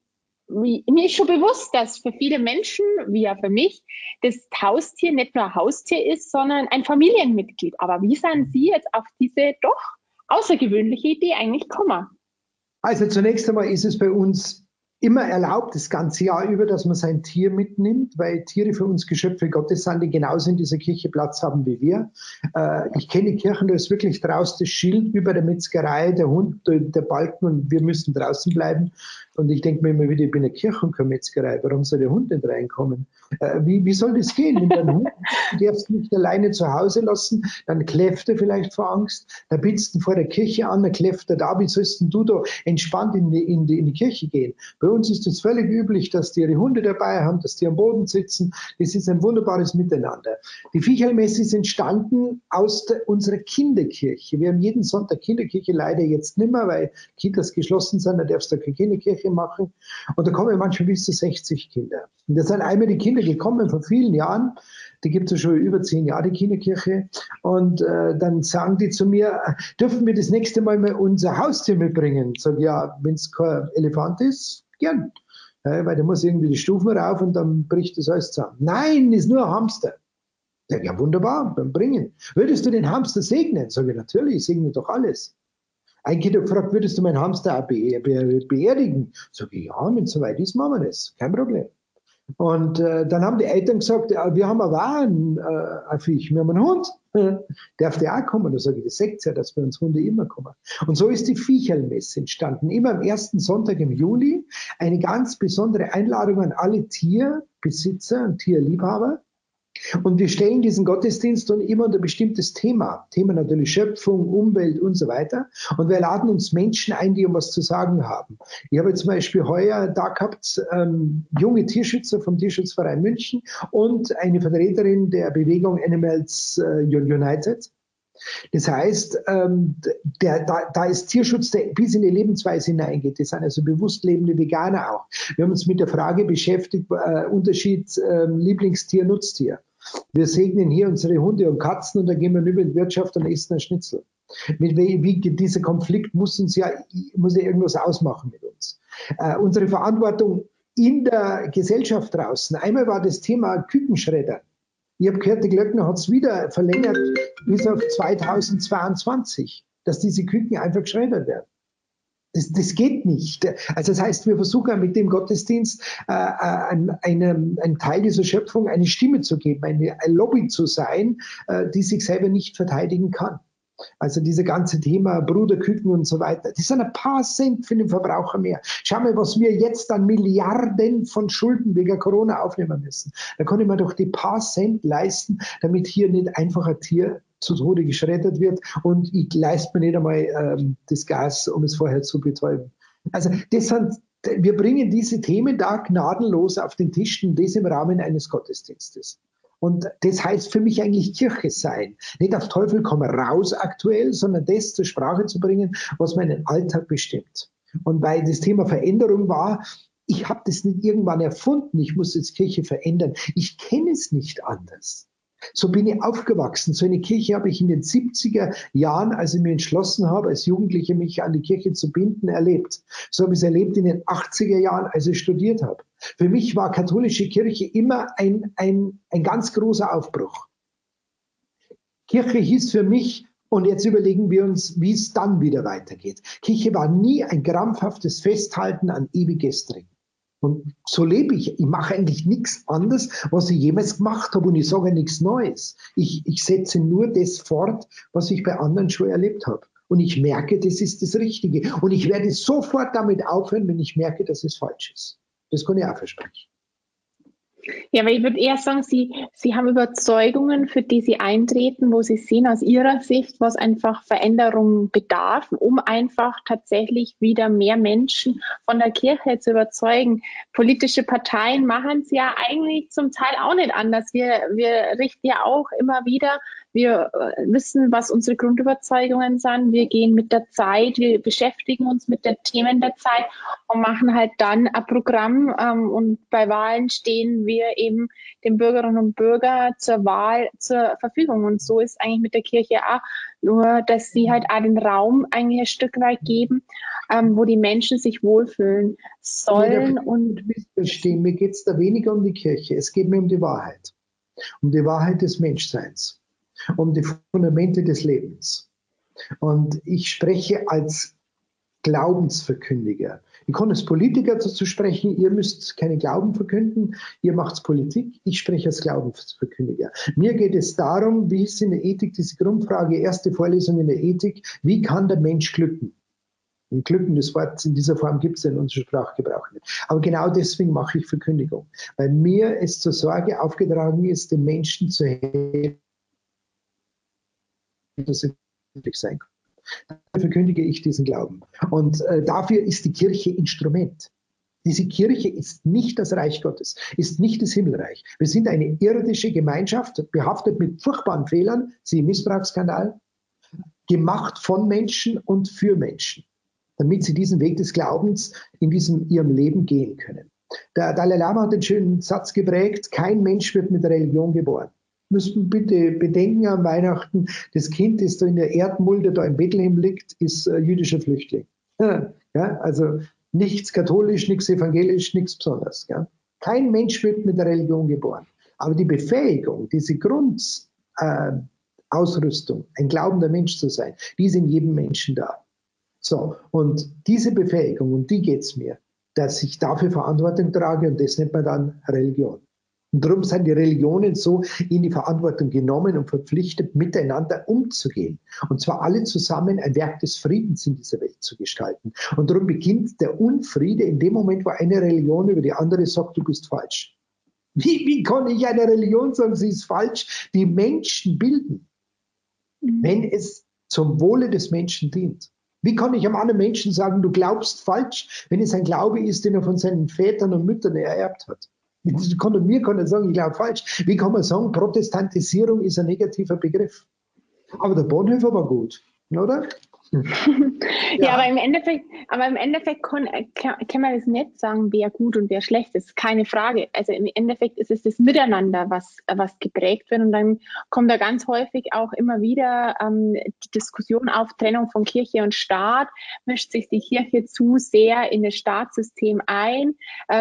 mir ist schon bewusst, dass für viele Menschen, wie ja für mich, das Haustier nicht nur ein Haustier ist, sondern ein Familienmitglied. Aber wie sind Sie jetzt auf diese doch außergewöhnliche Idee eigentlich gekommen? Also zunächst einmal ist es bei uns immer erlaubt, das ganze Jahr über, dass man sein Tier mitnimmt, weil Tiere für uns Geschöpfe Gottes sind, die genauso in dieser Kirche Platz haben wie wir. Äh, ich kenne Kirchen, da ist wirklich draußen das Schild über der Metzgerei, der Hund, der Balken und wir müssen draußen bleiben. Und ich denke mir immer wieder, ich bin eine Kirche und keine Metzgerei, warum soll der Hund nicht reinkommen? Äh, wie, wie soll das gehen? Wenn du einen Hund, du darfst ihn nicht alleine zu Hause lassen, dann kläfft er vielleicht vor Angst, dann bittst du ihn vor der Kirche an, dann kläfft er da, wie sollst du da entspannt in die, in die, in die Kirche gehen? Bei uns ist es völlig üblich, dass die ihre Hunde dabei haben, dass die am Boden sitzen. Das ist ein wunderbares Miteinander. Die Viecherlmesse ist entstanden aus der, unserer Kinderkirche. Wir haben jeden Sonntag Kinderkirche, leider jetzt nicht mehr, weil Kitas geschlossen sind, da darfst du keine Kinderkirche machen. Und da kommen manchmal bis zu sechzig Kinder. Und da sind einmal die Kinder gekommen vor vielen Jahren. Die gibt es ja schon über zehn Jahre, die Kinderkirche. Und äh, dann sagen die zu mir, dürfen wir das nächste Mal mal unser Haustier mitbringen? Ich sage, ja, wenn es kein Elefant ist, gern. Ja, weil der muss irgendwie die Stufen rauf und dann bricht das alles zusammen. Nein, ist nur ein Hamster. Ich sage, ja, wunderbar, dann bringen. Würdest du den Hamster segnen? Sage ich, natürlich, ich segne doch alles. Ein Kind hat gefragt, würdest du meinen Hamster auch be be beerdigen? Sag ich, ja, wenn es soweit ist, machen wir das. Kein Problem. Und äh, dann haben die Eltern gesagt, ja, wir haben aber auch einen, äh, ein Viech, wir haben einen Hund. Darf der auch kommen? Da sage ich, das sagt ja, dass bei uns Hunde immer kommen. Und so ist die Viecherlmesse entstanden. Immer am ersten Sonntag im Juli. Eine ganz besondere Einladung an alle Tierbesitzer und Tierliebhaber. Und wir stellen diesen Gottesdienst dann immer unter ein bestimmtes Thema. Thema natürlich Schöpfung, Umwelt und so weiter. Und wir laden uns Menschen ein, die um was zu sagen haben. Ich habe zum Beispiel heuer da gehabt, ähm, junge Tierschützer vom Tierschutzverein München und eine Vertreterin der Bewegung Animals äh, United. Das heißt, ähm, der, da, da ist Tierschutz, der bis in die Lebensweise hineingeht. Das sind also bewusst lebende Veganer auch. Wir haben uns mit der Frage beschäftigt, äh, Unterschied äh, Lieblingstier, Nutztier. Wir segnen hier unsere Hunde und Katzen und dann gehen wir rüber in die Wirtschaft und essen ein Schnitzel. Mit, wie, wie, dieser Konflikt muss uns ja, muss ja irgendwas ausmachen mit uns. Äh, unsere Verantwortung in der Gesellschaft draußen. Einmal war das Thema Kükenschredder. Ich habe gehört, die Glöckner hat es wieder verlängert bis auf zweitausendzweiundzwanzig, dass diese Küken einfach geschreddert werden. Das, das geht nicht. Also das heißt, wir versuchen mit dem Gottesdienst äh, einem, einem Teil dieser Schöpfung eine Stimme zu geben, eine, ein Lobby zu sein, äh, die sich selber nicht verteidigen kann. Also dieses ganze Thema Bruderküken und so weiter, das sind ein paar Cent für den Verbraucher mehr. Schau mal, was wir jetzt an Milliarden von Schulden wegen Corona aufnehmen müssen. Da kann ich mir doch die paar Cent leisten, damit hier nicht einfach ein Tier zu Tode geschreddert wird und ich leiste mir nicht einmal ähm, das Gas, um es vorher zu betäuben. Also das sind, wir bringen diese Themen da gnadenlos auf den Tisch und das im Rahmen eines Gottesdienstes. Und das heißt für mich eigentlich Kirche sein. Nicht auf Teufel komm raus aktuell, sondern das zur Sprache zu bringen, was meinen Alltag bestimmt. Und weil das Thema Veränderung war, ich habe das nicht irgendwann erfunden, ich muss jetzt Kirche verändern. Ich kenne es nicht anders. So bin ich aufgewachsen. So eine Kirche habe ich in den siebziger Jahren, als ich mir entschlossen habe, als Jugendliche mich an die Kirche zu binden, erlebt. So habe ich es erlebt in den achtziger Jahren, als ich studiert habe. Für mich war katholische Kirche immer ein, ein, ein ganz großer Aufbruch. Kirche hieß für mich Und jetzt überlegen wir uns, wie es dann wieder weitergeht. Kirche war nie ein krampfhaftes Festhalten an Ewiggestrigen. Und so lebe ich. Ich mache eigentlich nichts anderes, was ich jemals gemacht habe. Und ich sage nichts Neues. Ich, ich setze nur das fort, was ich bei anderen schon erlebt habe. Und ich merke, das ist das Richtige. Und ich werde sofort damit aufhören, wenn ich merke, dass es falsch ist. Das kann ich auch versprechen. Ja, aber ich würde eher sagen, Sie, Sie haben Überzeugungen, für die Sie eintreten, wo Sie sehen aus Ihrer Sicht, was einfach Veränderungen bedarf, um einfach tatsächlich wieder mehr Menschen von der Kirche zu überzeugen. Politische Parteien machen es ja eigentlich zum Teil auch nicht anders. Wir, wir richten ja auch immer wieder, wir wissen, was unsere Grundüberzeugungen sind. Wir gehen mit der Zeit, wir beschäftigen uns mit den Themen der Zeit und machen halt dann ein Programm. Ähm, und bei Wahlen stehen wir eben den Bürgerinnen und Bürgern zur Wahl zur Verfügung. Und so ist eigentlich mit der Kirche auch, nur dass sie halt auch den Raum eigentlich ein Stück weit geben, ähm, wo die Menschen sich wohlfühlen sollen. Und missverstehen, mir geht es da weniger um die Kirche, es geht mir um die Wahrheit. Um die Wahrheit des Menschseins. Um die Fundamente des Lebens. Und ich spreche als Glaubensverkündiger. Ich kann als Politiker dazu sprechen, ihr müsst keine Glauben verkünden, ihr macht Politik. Ich spreche als Glaubensverkündiger. Mir geht es darum, wie ist in der Ethik diese Grundfrage, erste Vorlesung in der Ethik, wie kann der Mensch glücken? Und glücken, das Wort in dieser Form gibt es in unserem Sprachgebrauch nicht. Aber genau deswegen mache ich Verkündigung. Weil mir es zur Sorge aufgetragen ist, den Menschen zu helfen, dass sie glücklich sein können. Dafür verkündige ich diesen Glauben. Und äh, dafür ist die Kirche Instrument. Diese Kirche ist nicht das Reich Gottes, ist nicht das Himmelreich. Wir sind eine irdische Gemeinschaft, behaftet mit furchtbaren Fehlern, siehe Missbrauchsskandal, gemacht von Menschen und für Menschen, damit sie diesen Weg des Glaubens in diesem ihrem Leben gehen können. Der Dalai Lama hat einen schönen Satz geprägt, kein Mensch wird mit der Religion geboren. Müssen bitte bedenken an Weihnachten, das Kind, das da in der Erdmulde da in Bethlehem liegt, ist äh, jüdischer Flüchtling. Ja, also nichts katholisch, nichts evangelisch, nichts Besonderes. Ja. Kein Mensch wird mit der Religion geboren. Aber die Befähigung, diese Grundausrüstung, äh, ein glaubender Mensch zu sein, die ist in jedem Menschen da. So, und diese Befähigung, um die geht es mir, dass ich dafür Verantwortung trage und das nennt man dann Religion. Und darum sind die Religionen so in die Verantwortung genommen und verpflichtet, miteinander umzugehen. Und zwar alle zusammen ein Werk des Friedens in dieser Welt zu gestalten. Und darum beginnt der Unfriede in dem Moment, wo eine Religion über die andere sagt, du bist falsch. Wie, wie kann ich einer Religion sagen, sie ist falsch? Die Menschen bilden, wenn es zum Wohle des Menschen dient. Wie kann ich einem anderen Menschen sagen, du glaubst falsch, wenn es ein Glaube ist, den er von seinen Vätern und Müttern ererbt hat? Kann, mir kann er sagen, ich glaube falsch. Wie kann man sagen, Protestantisierung ist ein negativer Begriff? Aber der Bonhoeffer war gut, oder? Ja, ja, aber im Endeffekt, aber im Endeffekt kann, kann, kann man das nicht sagen, wer gut und wer schlecht ist. Keine Frage. Also im Endeffekt ist es das Miteinander, was, was geprägt wird. Und dann kommt da ganz häufig auch immer wieder ähm, die Diskussion auf Trennung von Kirche und Staat. Mischt sich die Kirche zu sehr in das Staatssystem ein?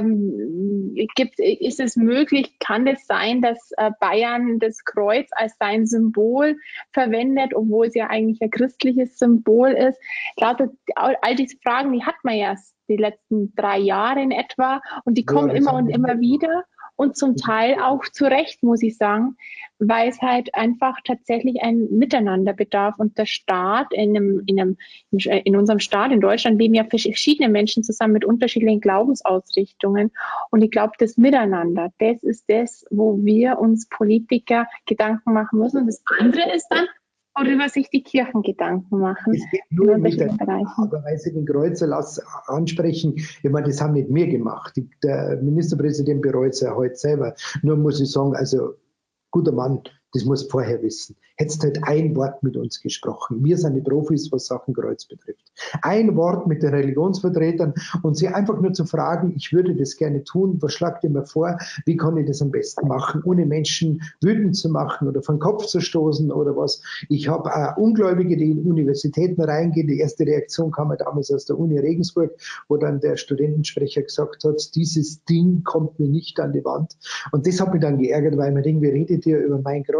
Ähm, gibt, ist es möglich, kann es sein, dass äh, Bayern das Kreuz als sein Symbol verwendet, obwohl es ja eigentlich ein christliches Symbol ist? Ich glaube, all diese Fragen, die hat man ja die letzten drei Jahre in etwa und die kommen ja, immer und immer wieder und zum Teil auch zu Recht, muss ich sagen, weil es halt einfach tatsächlich ein Miteinander bedarf und der Staat in, einem, in, einem, in unserem Staat in Deutschland leben ja verschiedene Menschen zusammen mit unterschiedlichen Glaubensausrichtungen und ich glaube, das Miteinander, das ist das, wo wir uns Politiker Gedanken machen müssen und das andere ist dann, worüber sich die Kirchen Gedanken machen. Es geht nur mit der aber weil Sie den Kreuzerlass ansprechen, ich meine, das haben nicht wir gemacht. Die, der Ministerpräsident bereut es ja heute selber. Nur muss ich sagen, also guter Mann, das muss vorher wissen. Hättest halt ein Wort mit uns gesprochen. Wir sind die Profis, was Sachen Kreuz betrifft. Ein Wort mit den Religionsvertretern und sie einfach nur zu fragen, ich würde das gerne tun, was schlagt ihr mir vor, wie kann ich das am besten machen, ohne Menschen wütend zu machen oder vom Kopf zu stoßen oder was. Ich habe äh, Ungläubige, die in Universitäten reingehen. Die erste Reaktion kam ja damals aus der Uni Regensburg, wo dann der Studentensprecher gesagt hat, dieses Ding kommt mir nicht an die Wand. Und das hat mich dann geärgert, weil man denkt, wie redet ihr über mein Kreuz?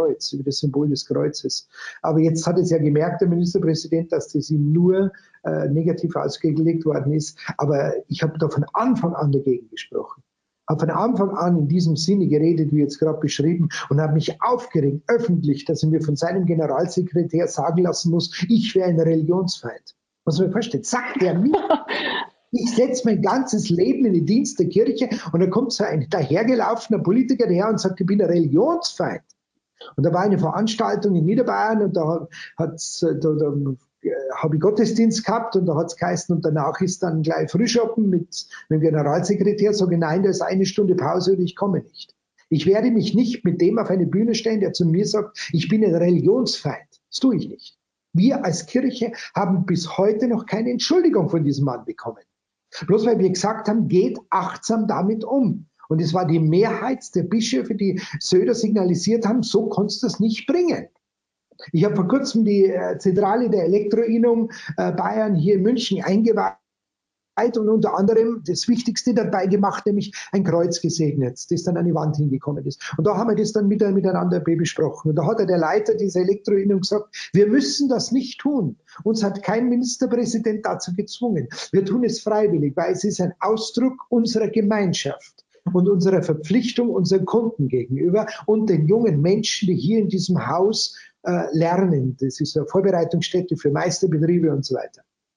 Kreuz, über das Symbol des Kreuzes. Aber jetzt hat es ja gemerkt, der Ministerpräsident, dass das ihm nur äh, negativ ausgelegt worden ist. Aber ich habe da von Anfang an dagegen gesprochen. Habe von Anfang an in diesem Sinne geredet, wie jetzt gerade beschrieben, und habe mich aufgeregt, öffentlich, dass er mir von seinem Generalsekretär sagen lassen muss, ich wäre ein Religionsfeind. Was man vorstellt, sagt er mir. Ich setze mein ganzes Leben in den Dienst der Kirche und dann kommt so ein dahergelaufener Politiker daher und sagt, ich bin ein Religionsfeind. Und da war eine Veranstaltung in Niederbayern und da, hat's, da, da habe ich Gottesdienst gehabt und da hat es geheißen und danach ist dann gleich Frühschoppen mit, mit dem Generalsekretär, sage nein, da ist eine Stunde Pause und ich komme nicht. Ich werde mich nicht mit dem auf eine Bühne stellen, der zu mir sagt, ich bin ein Religionsfeind. Das tue ich nicht. Wir als Kirche haben bis heute noch keine Entschuldigung von diesem Mann bekommen. Bloß weil wir gesagt haben, geht achtsam damit um. Und es war die Mehrheit der Bischöfe, die Söder signalisiert haben, so konntest du das nicht bringen. Ich habe vor kurzem die äh, Zentrale der Elektroinnung äh, Bayern hier in München eingeweiht und unter anderem das Wichtigste dabei gemacht, nämlich ein Kreuz gesegnet, das dann an die Wand hingekommen ist. Und da haben wir das dann miteinander besprochen. Und da hat der Leiter dieser Elektroinnung gesagt, wir müssen das nicht tun. Uns hat kein Ministerpräsident dazu gezwungen. Wir tun es freiwillig, weil es ist ein Ausdruck unserer Gemeinschaft und unserer Verpflichtung unseren Kunden gegenüber und den jungen Menschen, die hier in diesem Haus äh, lernen. Das ist eine Vorbereitungsstätte für Meisterbetriebe und so weiter.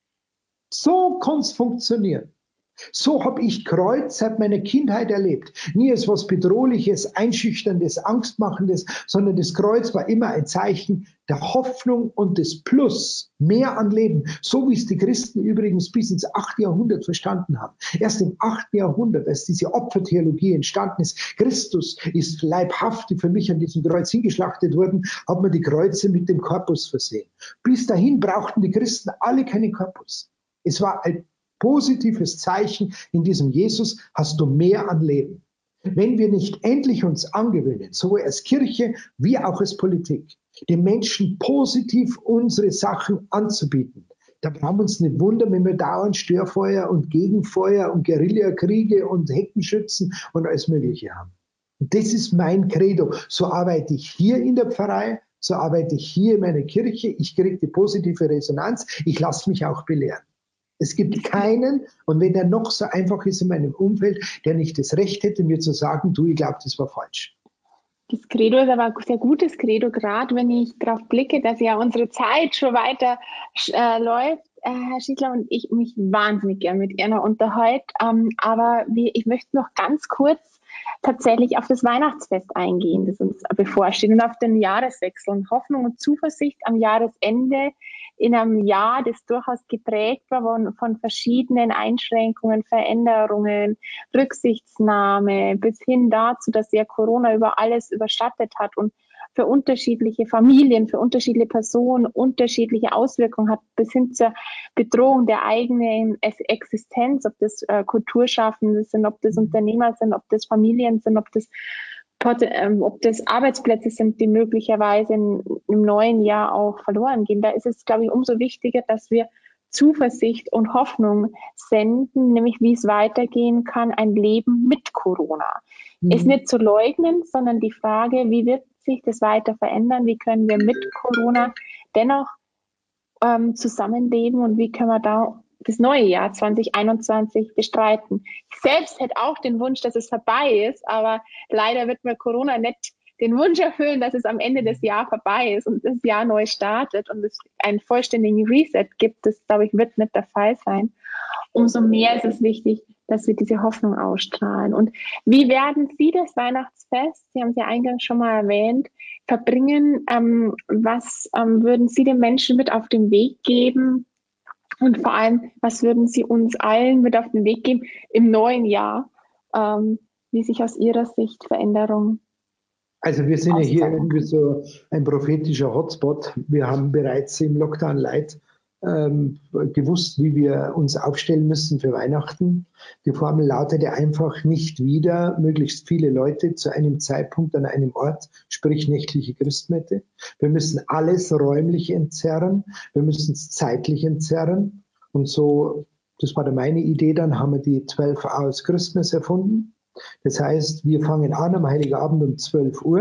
So kann es funktionieren. So habe ich Kreuz seit meiner Kindheit erlebt. Nie als was Bedrohliches, Einschüchterndes, Angstmachendes, sondern das Kreuz war immer ein Zeichen der Hoffnung und des Plus, mehr an Leben. So wie es die Christen übrigens bis ins achte Jahrhundert verstanden haben. Erst im achten Jahrhundert, als diese Opfertheologie entstanden ist, Christus ist leibhaftig für mich an diesem Kreuz hingeschlachtet worden, hat man die Kreuze mit dem Korpus versehen. Bis dahin brauchten die Christen alle keinen Korpus. Es war ein positives Zeichen, in diesem Jesus hast du mehr an Leben. Wenn wir nicht endlich uns angewöhnen, sowohl als Kirche wie auch als Politik, den Menschen positiv unsere Sachen anzubieten, da brauchen wir uns nicht wundern, wenn wir dauernd Störfeuer und Gegenfeuer und Guerillakriege und Heckenschützen und alles Mögliche haben. Und das ist mein Credo. So arbeite ich hier in der Pfarrei, so arbeite ich hier in meiner Kirche. Ich kriege die positive Resonanz. Ich lasse mich auch belehren. Es gibt keinen, und wenn der noch so einfach ist in meinem Umfeld, der nicht das Recht hätte, mir zu sagen, du, ich glaube, das war falsch. Das Credo ist aber ein sehr gutes Credo, gerade wenn ich darauf blicke, dass ja unsere Zeit schon weiter äh, läuft, äh, Herr Schiedler, und ich mich wahnsinnig gern mit Ihnen unterhalte. Ähm, aber wie, ich möchte noch ganz kurz tatsächlich auf das Weihnachtsfest eingehen, das uns bevorsteht, und auf den Jahreswechsel und Hoffnung und Zuversicht am Jahresende in einem Jahr, das durchaus geprägt war von, von verschiedenen Einschränkungen, Veränderungen, Rücksichtnahme, bis hin dazu, dass ja Corona über alles überschattet hat und für unterschiedliche Familien, für unterschiedliche Personen unterschiedliche Auswirkungen hat, bis hin zur Bedrohung der eigenen Existenz, ob das äh, Kulturschaffende sind, ob das Unternehmer sind, ob das Familien sind, ob das ob das Arbeitsplätze sind, die möglicherweise in, im neuen Jahr auch verloren gehen. Da ist es, glaube ich, umso wichtiger, dass wir Zuversicht und Hoffnung senden, nämlich wie es weitergehen kann, ein Leben mit Corona. Mhm. Ist nicht zu leugnen, sondern die Frage, wie wird sich das weiter verändern? Wie können wir mit Corona dennoch ähm, zusammenleben und wie können wir da das neue Jahr zwanzig einundzwanzig bestreiten? Ich selbst hätte auch den Wunsch, dass es vorbei ist, aber leider wird mir Corona nicht den Wunsch erfüllen, dass es am Ende des Jahres vorbei ist und das Jahr neu startet und es einen vollständigen Reset gibt. Das, glaube ich, wird nicht der Fall sein. Umso mehr ist es wichtig, dass wir diese Hoffnung ausstrahlen. Und wie werden Sie das Weihnachtsfest, Sie haben es ja eingangs schon mal erwähnt, verbringen? Ähm, was ähm, würden Sie den Menschen mit auf den Weg geben? Und vor allem, was würden Sie uns allen mit auf den Weg geben im neuen Jahr, ähm, wie sich aus Ihrer Sicht Veränderungen? Also wir sind ja hier irgendwie so ein prophetischer Hotspot. Wir haben bereits im Lockdown Light ähm, gewusst, wie wir uns aufstellen müssen für Weihnachten. Die Formel lautete einfach nicht wieder möglichst viele Leute zu einem Zeitpunkt an einem Ort, sprich nächtliche Christmette. Wir müssen alles räumlich entzerren, wir müssen es zeitlich entzerren. Und so, das war da meine Idee, dann haben wir die zwölf Hours Christmas erfunden. Das heißt, wir fangen an am Heiligen Abend um zwölf Uhr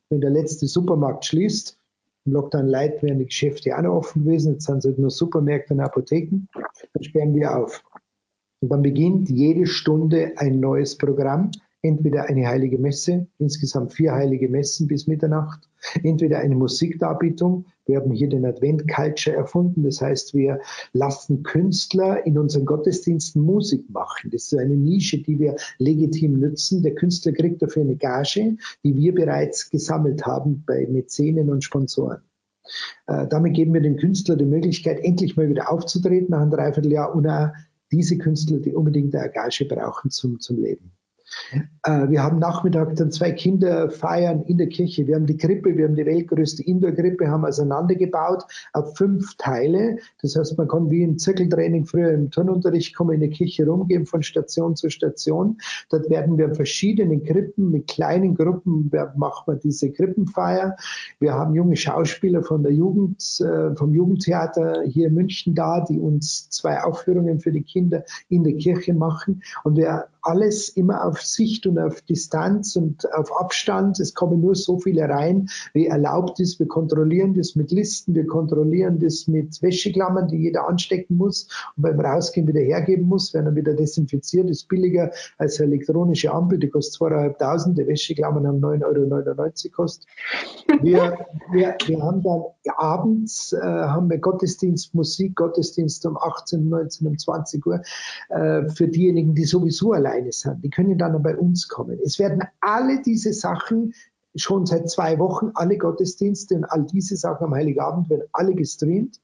wenn der letzte Supermarkt schließt. Im Lockdown Light wären die Geschäfte auch noch offen gewesen, jetzt sind es halt nur Supermärkte und Apotheken, dann sperren wir auf. Und dann beginnt jede Stunde ein neues Programm. Entweder eine heilige Messe, insgesamt vier heilige Messen bis Mitternacht, entweder eine Musikdarbietung. Wir haben hier den Advent Culture erfunden. Das heißt, wir lassen Künstler in unseren Gottesdiensten Musik machen. Das ist so eine Nische, die wir legitim nutzen. Der Künstler kriegt dafür eine Gage, die wir bereits gesammelt haben bei Mäzenen und Sponsoren. Äh, damit geben wir dem Künstler die Möglichkeit, endlich mal wieder aufzutreten nach einem Dreivierteljahr und auch diese Künstler, die unbedingt eine Gage brauchen zum, zum Leben. Äh, wir haben Nachmittag dann zwei Kinder feiern in der Kirche. Wir haben die Krippe, wir haben die weltgrößte Indoor-Krippe, haben auseinandergebaut auf fünf Teile. Das heißt, man kann wie im Zirkeltraining früher im Turnunterricht kommen, in der Kirche rumgehen von Station zu Station. Dort werden wir in verschiedenen Krippen mit kleinen Gruppen, machen wir diese Krippenfeier. Wir haben junge Schauspieler von der Jugend, äh, vom Jugendtheater hier in München da, die uns zwei Aufführungen für die Kinder in der Kirche machen. Und wir alles immer auf Sicht und auf Distanz und auf Abstand. Es kommen nur so viele rein, wie erlaubt ist. Wir kontrollieren das mit Listen, wir kontrollieren das mit Wäscheklammern, die jeder anstecken muss und beim Rausgehen wieder hergeben muss, werden dann wieder desinfiziert. Das ist billiger als eine elektronische Ampel, die kostet zweieinhalbtausend. Die Wäscheklammern haben neun Euro neunundneunzig gekostet. Wir, wir, wir haben dann abends äh, haben wir Gottesdienst, Musik, Gottesdienst um achtzehn, neunzehn, um zwanzig Uhr äh, für diejenigen, die sowieso alleine sind. Die können dann bei uns kommen. Es werden alle diese Sachen schon seit zwei Wochen, alle Gottesdienste und all diese Sachen am Heiligabend werden alle gestreamt.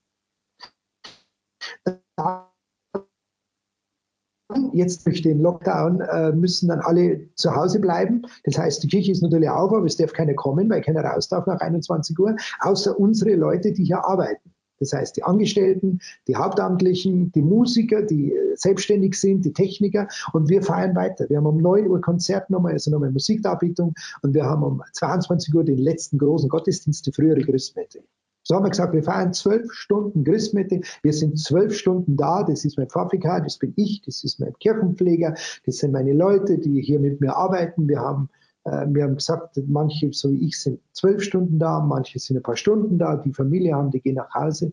Jetzt durch den Lockdown äh, müssen dann alle zu Hause bleiben. Das heißt, die Kirche ist natürlich auf, aber es darf keiner kommen, weil keiner raus darf nach einundzwanzig Uhr, außer unsere Leute, die hier arbeiten. Das heißt, die Angestellten, die Hauptamtlichen, die Musiker, die äh, selbstständig sind, die Techniker. Und wir feiern weiter. Wir haben um neun Uhr Konzert nochmal, also nochmal Musikdarbietung. Und wir haben um zweiundzwanzig Uhr den letzten großen Gottesdienst, die frühere Christmette. So haben wir gesagt, wir feiern zwölf Stunden Christmette. Wir sind zwölf Stunden da. Das ist mein Pfarrvikar, das bin ich, das ist mein Kirchenpfleger, das sind meine Leute, die hier mit mir arbeiten. Wir haben, äh, wir haben gesagt, manche, so wie ich, sind zwölf Stunden da, manche sind ein paar Stunden da, die Familie haben, die gehen nach Hause.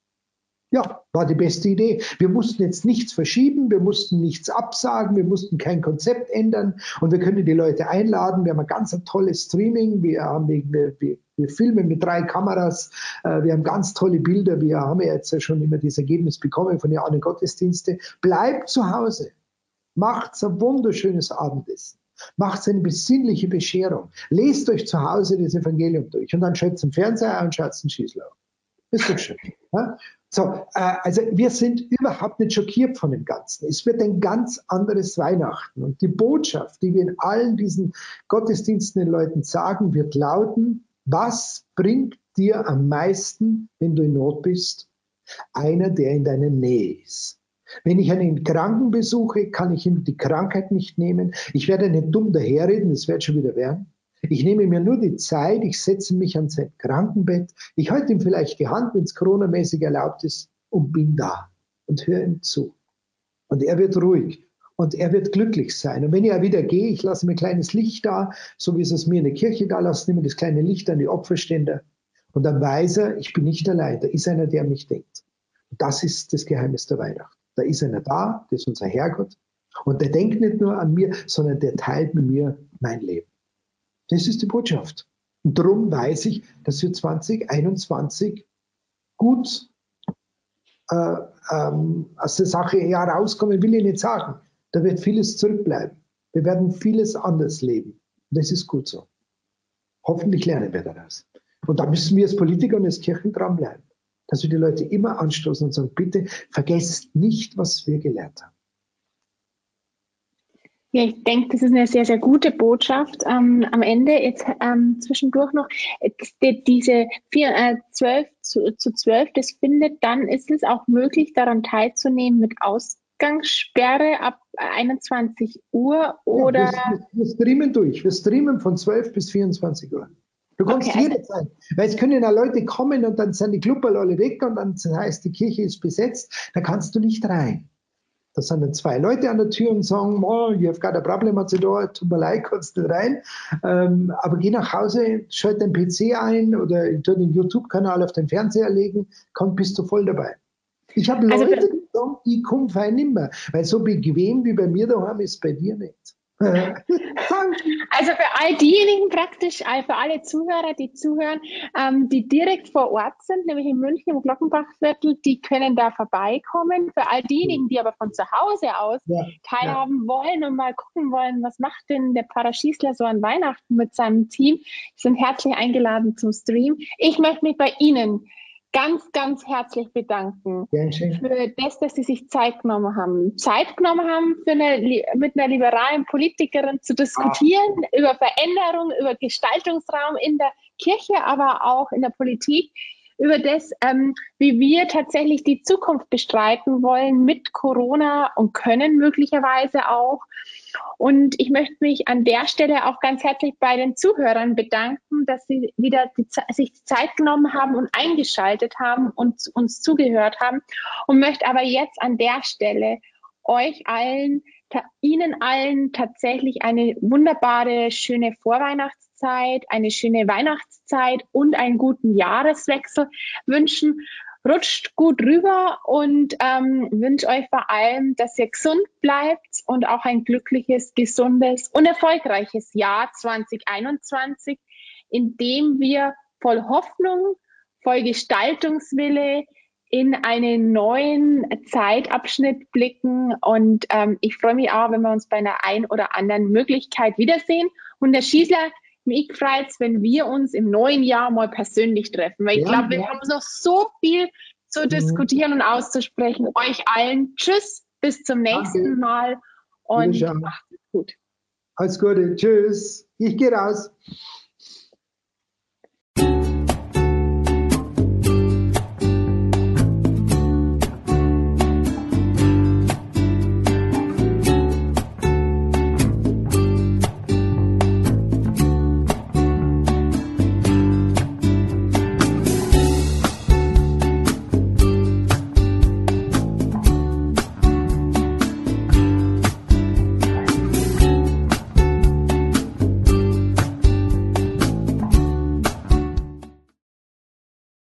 Ja, war die beste Idee. Wir mussten jetzt nichts verschieben, wir mussten nichts absagen, wir mussten kein Konzept ändern und wir können die Leute einladen. Wir haben ein ganz tolles Streaming, wir, haben, wir, wir, wir filmen mit drei Kameras, äh, wir haben ganz tolle Bilder, wir haben ja jetzt ja schon immer das Ergebnis bekommen von den anderen Gottesdiensten. Bleibt zu Hause, macht ein wunderschönes Abendessen. Macht eine besinnliche Bescherung. Lest euch zu Hause das Evangelium durch und dann schaut zum Fernseher und schaut den Schießler. Ist doch schön. Ja? So, äh, also wir sind überhaupt nicht schockiert von dem Ganzen. Es wird ein ganz anderes Weihnachten. Und die Botschaft, die wir in allen diesen Gottesdiensten den Leuten sagen, wird lauten: Was bringt dir am meisten, wenn du in Not bist? Einer, der in deiner Nähe ist. Wenn ich einen Kranken besuche, kann ich ihm die Krankheit nicht nehmen. Ich werde nicht dumm daherreden, das wird schon wieder werden. Ich nehme mir nur die Zeit, ich setze mich an sein Krankenbett, ich halte ihm vielleicht die Hand, wenn es coronamäßig erlaubt ist, und bin da und höre ihm zu. Und er wird ruhig und er wird glücklich sein. Und wenn ich wieder gehe, ich lasse mir ein kleines Licht da, so wie es es mir in der Kirche da lassen, nehme das kleine Licht an die Opferständer und dann weiß er, ich bin nicht allein, da ist einer, der an mich denkt. Und das ist das Geheimnis der Weihnacht. Da ist einer da, das ist unser Herrgott und der denkt nicht nur an mir, sondern der teilt mit mir mein Leben. Das ist die Botschaft. Und darum weiß ich, dass wir zwanzig einundzwanzig gut äh, ähm, aus der Sache herauskommen, will ich nicht sagen. Da wird vieles zurückbleiben. Wir werden vieles anders leben. Und das ist gut so. Hoffentlich lernen wir daraus. Und da müssen wir als Politiker und als Kirchen dranbleiben. Dass wir die Leute immer anstoßen und sagen, bitte vergesst nicht, was wir gelernt haben. Ja, ich denke, das ist eine sehr, sehr gute Botschaft. Ähm, am Ende jetzt ähm, zwischendurch noch die, diese vier, äh, zwölf zu, zu zwölf, das findet, dann ist es auch möglich, daran teilzunehmen mit Ausgangssperre ab einundzwanzig Uhr oder? Ja, wir, wir streamen durch. Wir streamen von zwölf bis vierundzwanzig Uhr. Du kannst okay, jederzeit, weil es können ja Leute kommen und dann sind die Klubberl alle weg und dann heißt, die Kirche ist besetzt, da kannst du nicht rein. Da sind dann zwei Leute an der Tür und sagen, oh, ich habe gerade ein Problem, hat sie da, tut mir leid, kannst nicht rein. Ähm, aber geh nach Hause, schalte den P C ein oder tu den YouTube-Kanal auf den Fernseher legen, komm, bist du voll dabei. Ich habe Also Leute, für, die sagen, ich komme fein nimmer, weil so bequem wie bei mir daheim ist bei dir nicht. also für all diejenigen praktisch, all- für alle Zuhörer, die zuhören, ähm, die direkt vor Ort sind, nämlich in München im Glockenbachviertel, die können da vorbeikommen. Für all diejenigen, die aber von zu Hause aus Ja, ja. teilhaben wollen und mal gucken wollen, was macht denn der Paraschießler so an Weihnachten mit seinem Team, sind herzlich eingeladen zum Stream. Ich möchte mich bei Ihnen ganz, ganz herzlich bedanken Gern schön. für das, dass Sie sich Zeit genommen haben. Zeit genommen haben, für eine, mit einer liberalen Politikerin zu diskutieren Ah. über Veränderung, über Gestaltungsraum in der Kirche, aber auch in der Politik, über das, ähm, wie wir tatsächlich die Zukunft bestreiten wollen mit Corona und können möglicherweise auch. Und ich möchte mich an der Stelle auch ganz herzlich bei den Zuhörern bedanken, dass sie wieder die, sich die Zeit genommen haben und eingeschaltet haben und uns zugehört haben. Und möchte aber jetzt an der Stelle euch allen, Ihnen allen tatsächlich eine wunderbare, schöne Vorweihnachtszeit, eine schöne Weihnachtszeit und einen guten Jahreswechsel wünschen. Rutscht gut rüber und ähm, wünsche euch vor allem, dass ihr gesund bleibt und auch ein glückliches, gesundes und erfolgreiches Jahr zwanzig einundzwanzig, in dem wir voll Hoffnung, voll Gestaltungswille in einen neuen Zeitabschnitt blicken. Und ähm, ich freue mich auch, wenn wir uns bei einer ein oder anderen Möglichkeit wiedersehen. Und der Schießler, mich freut's, wenn wir uns im neuen Jahr mal persönlich treffen, weil ich Ja, glaube, wir ja. haben noch so viel zu Mhm. diskutieren und auszusprechen. Euch allen Tschüss, bis zum nächsten Danke. Mal und Wiederschauen. macht's gut. Alles Gute. Tschüss. Ich gehe raus.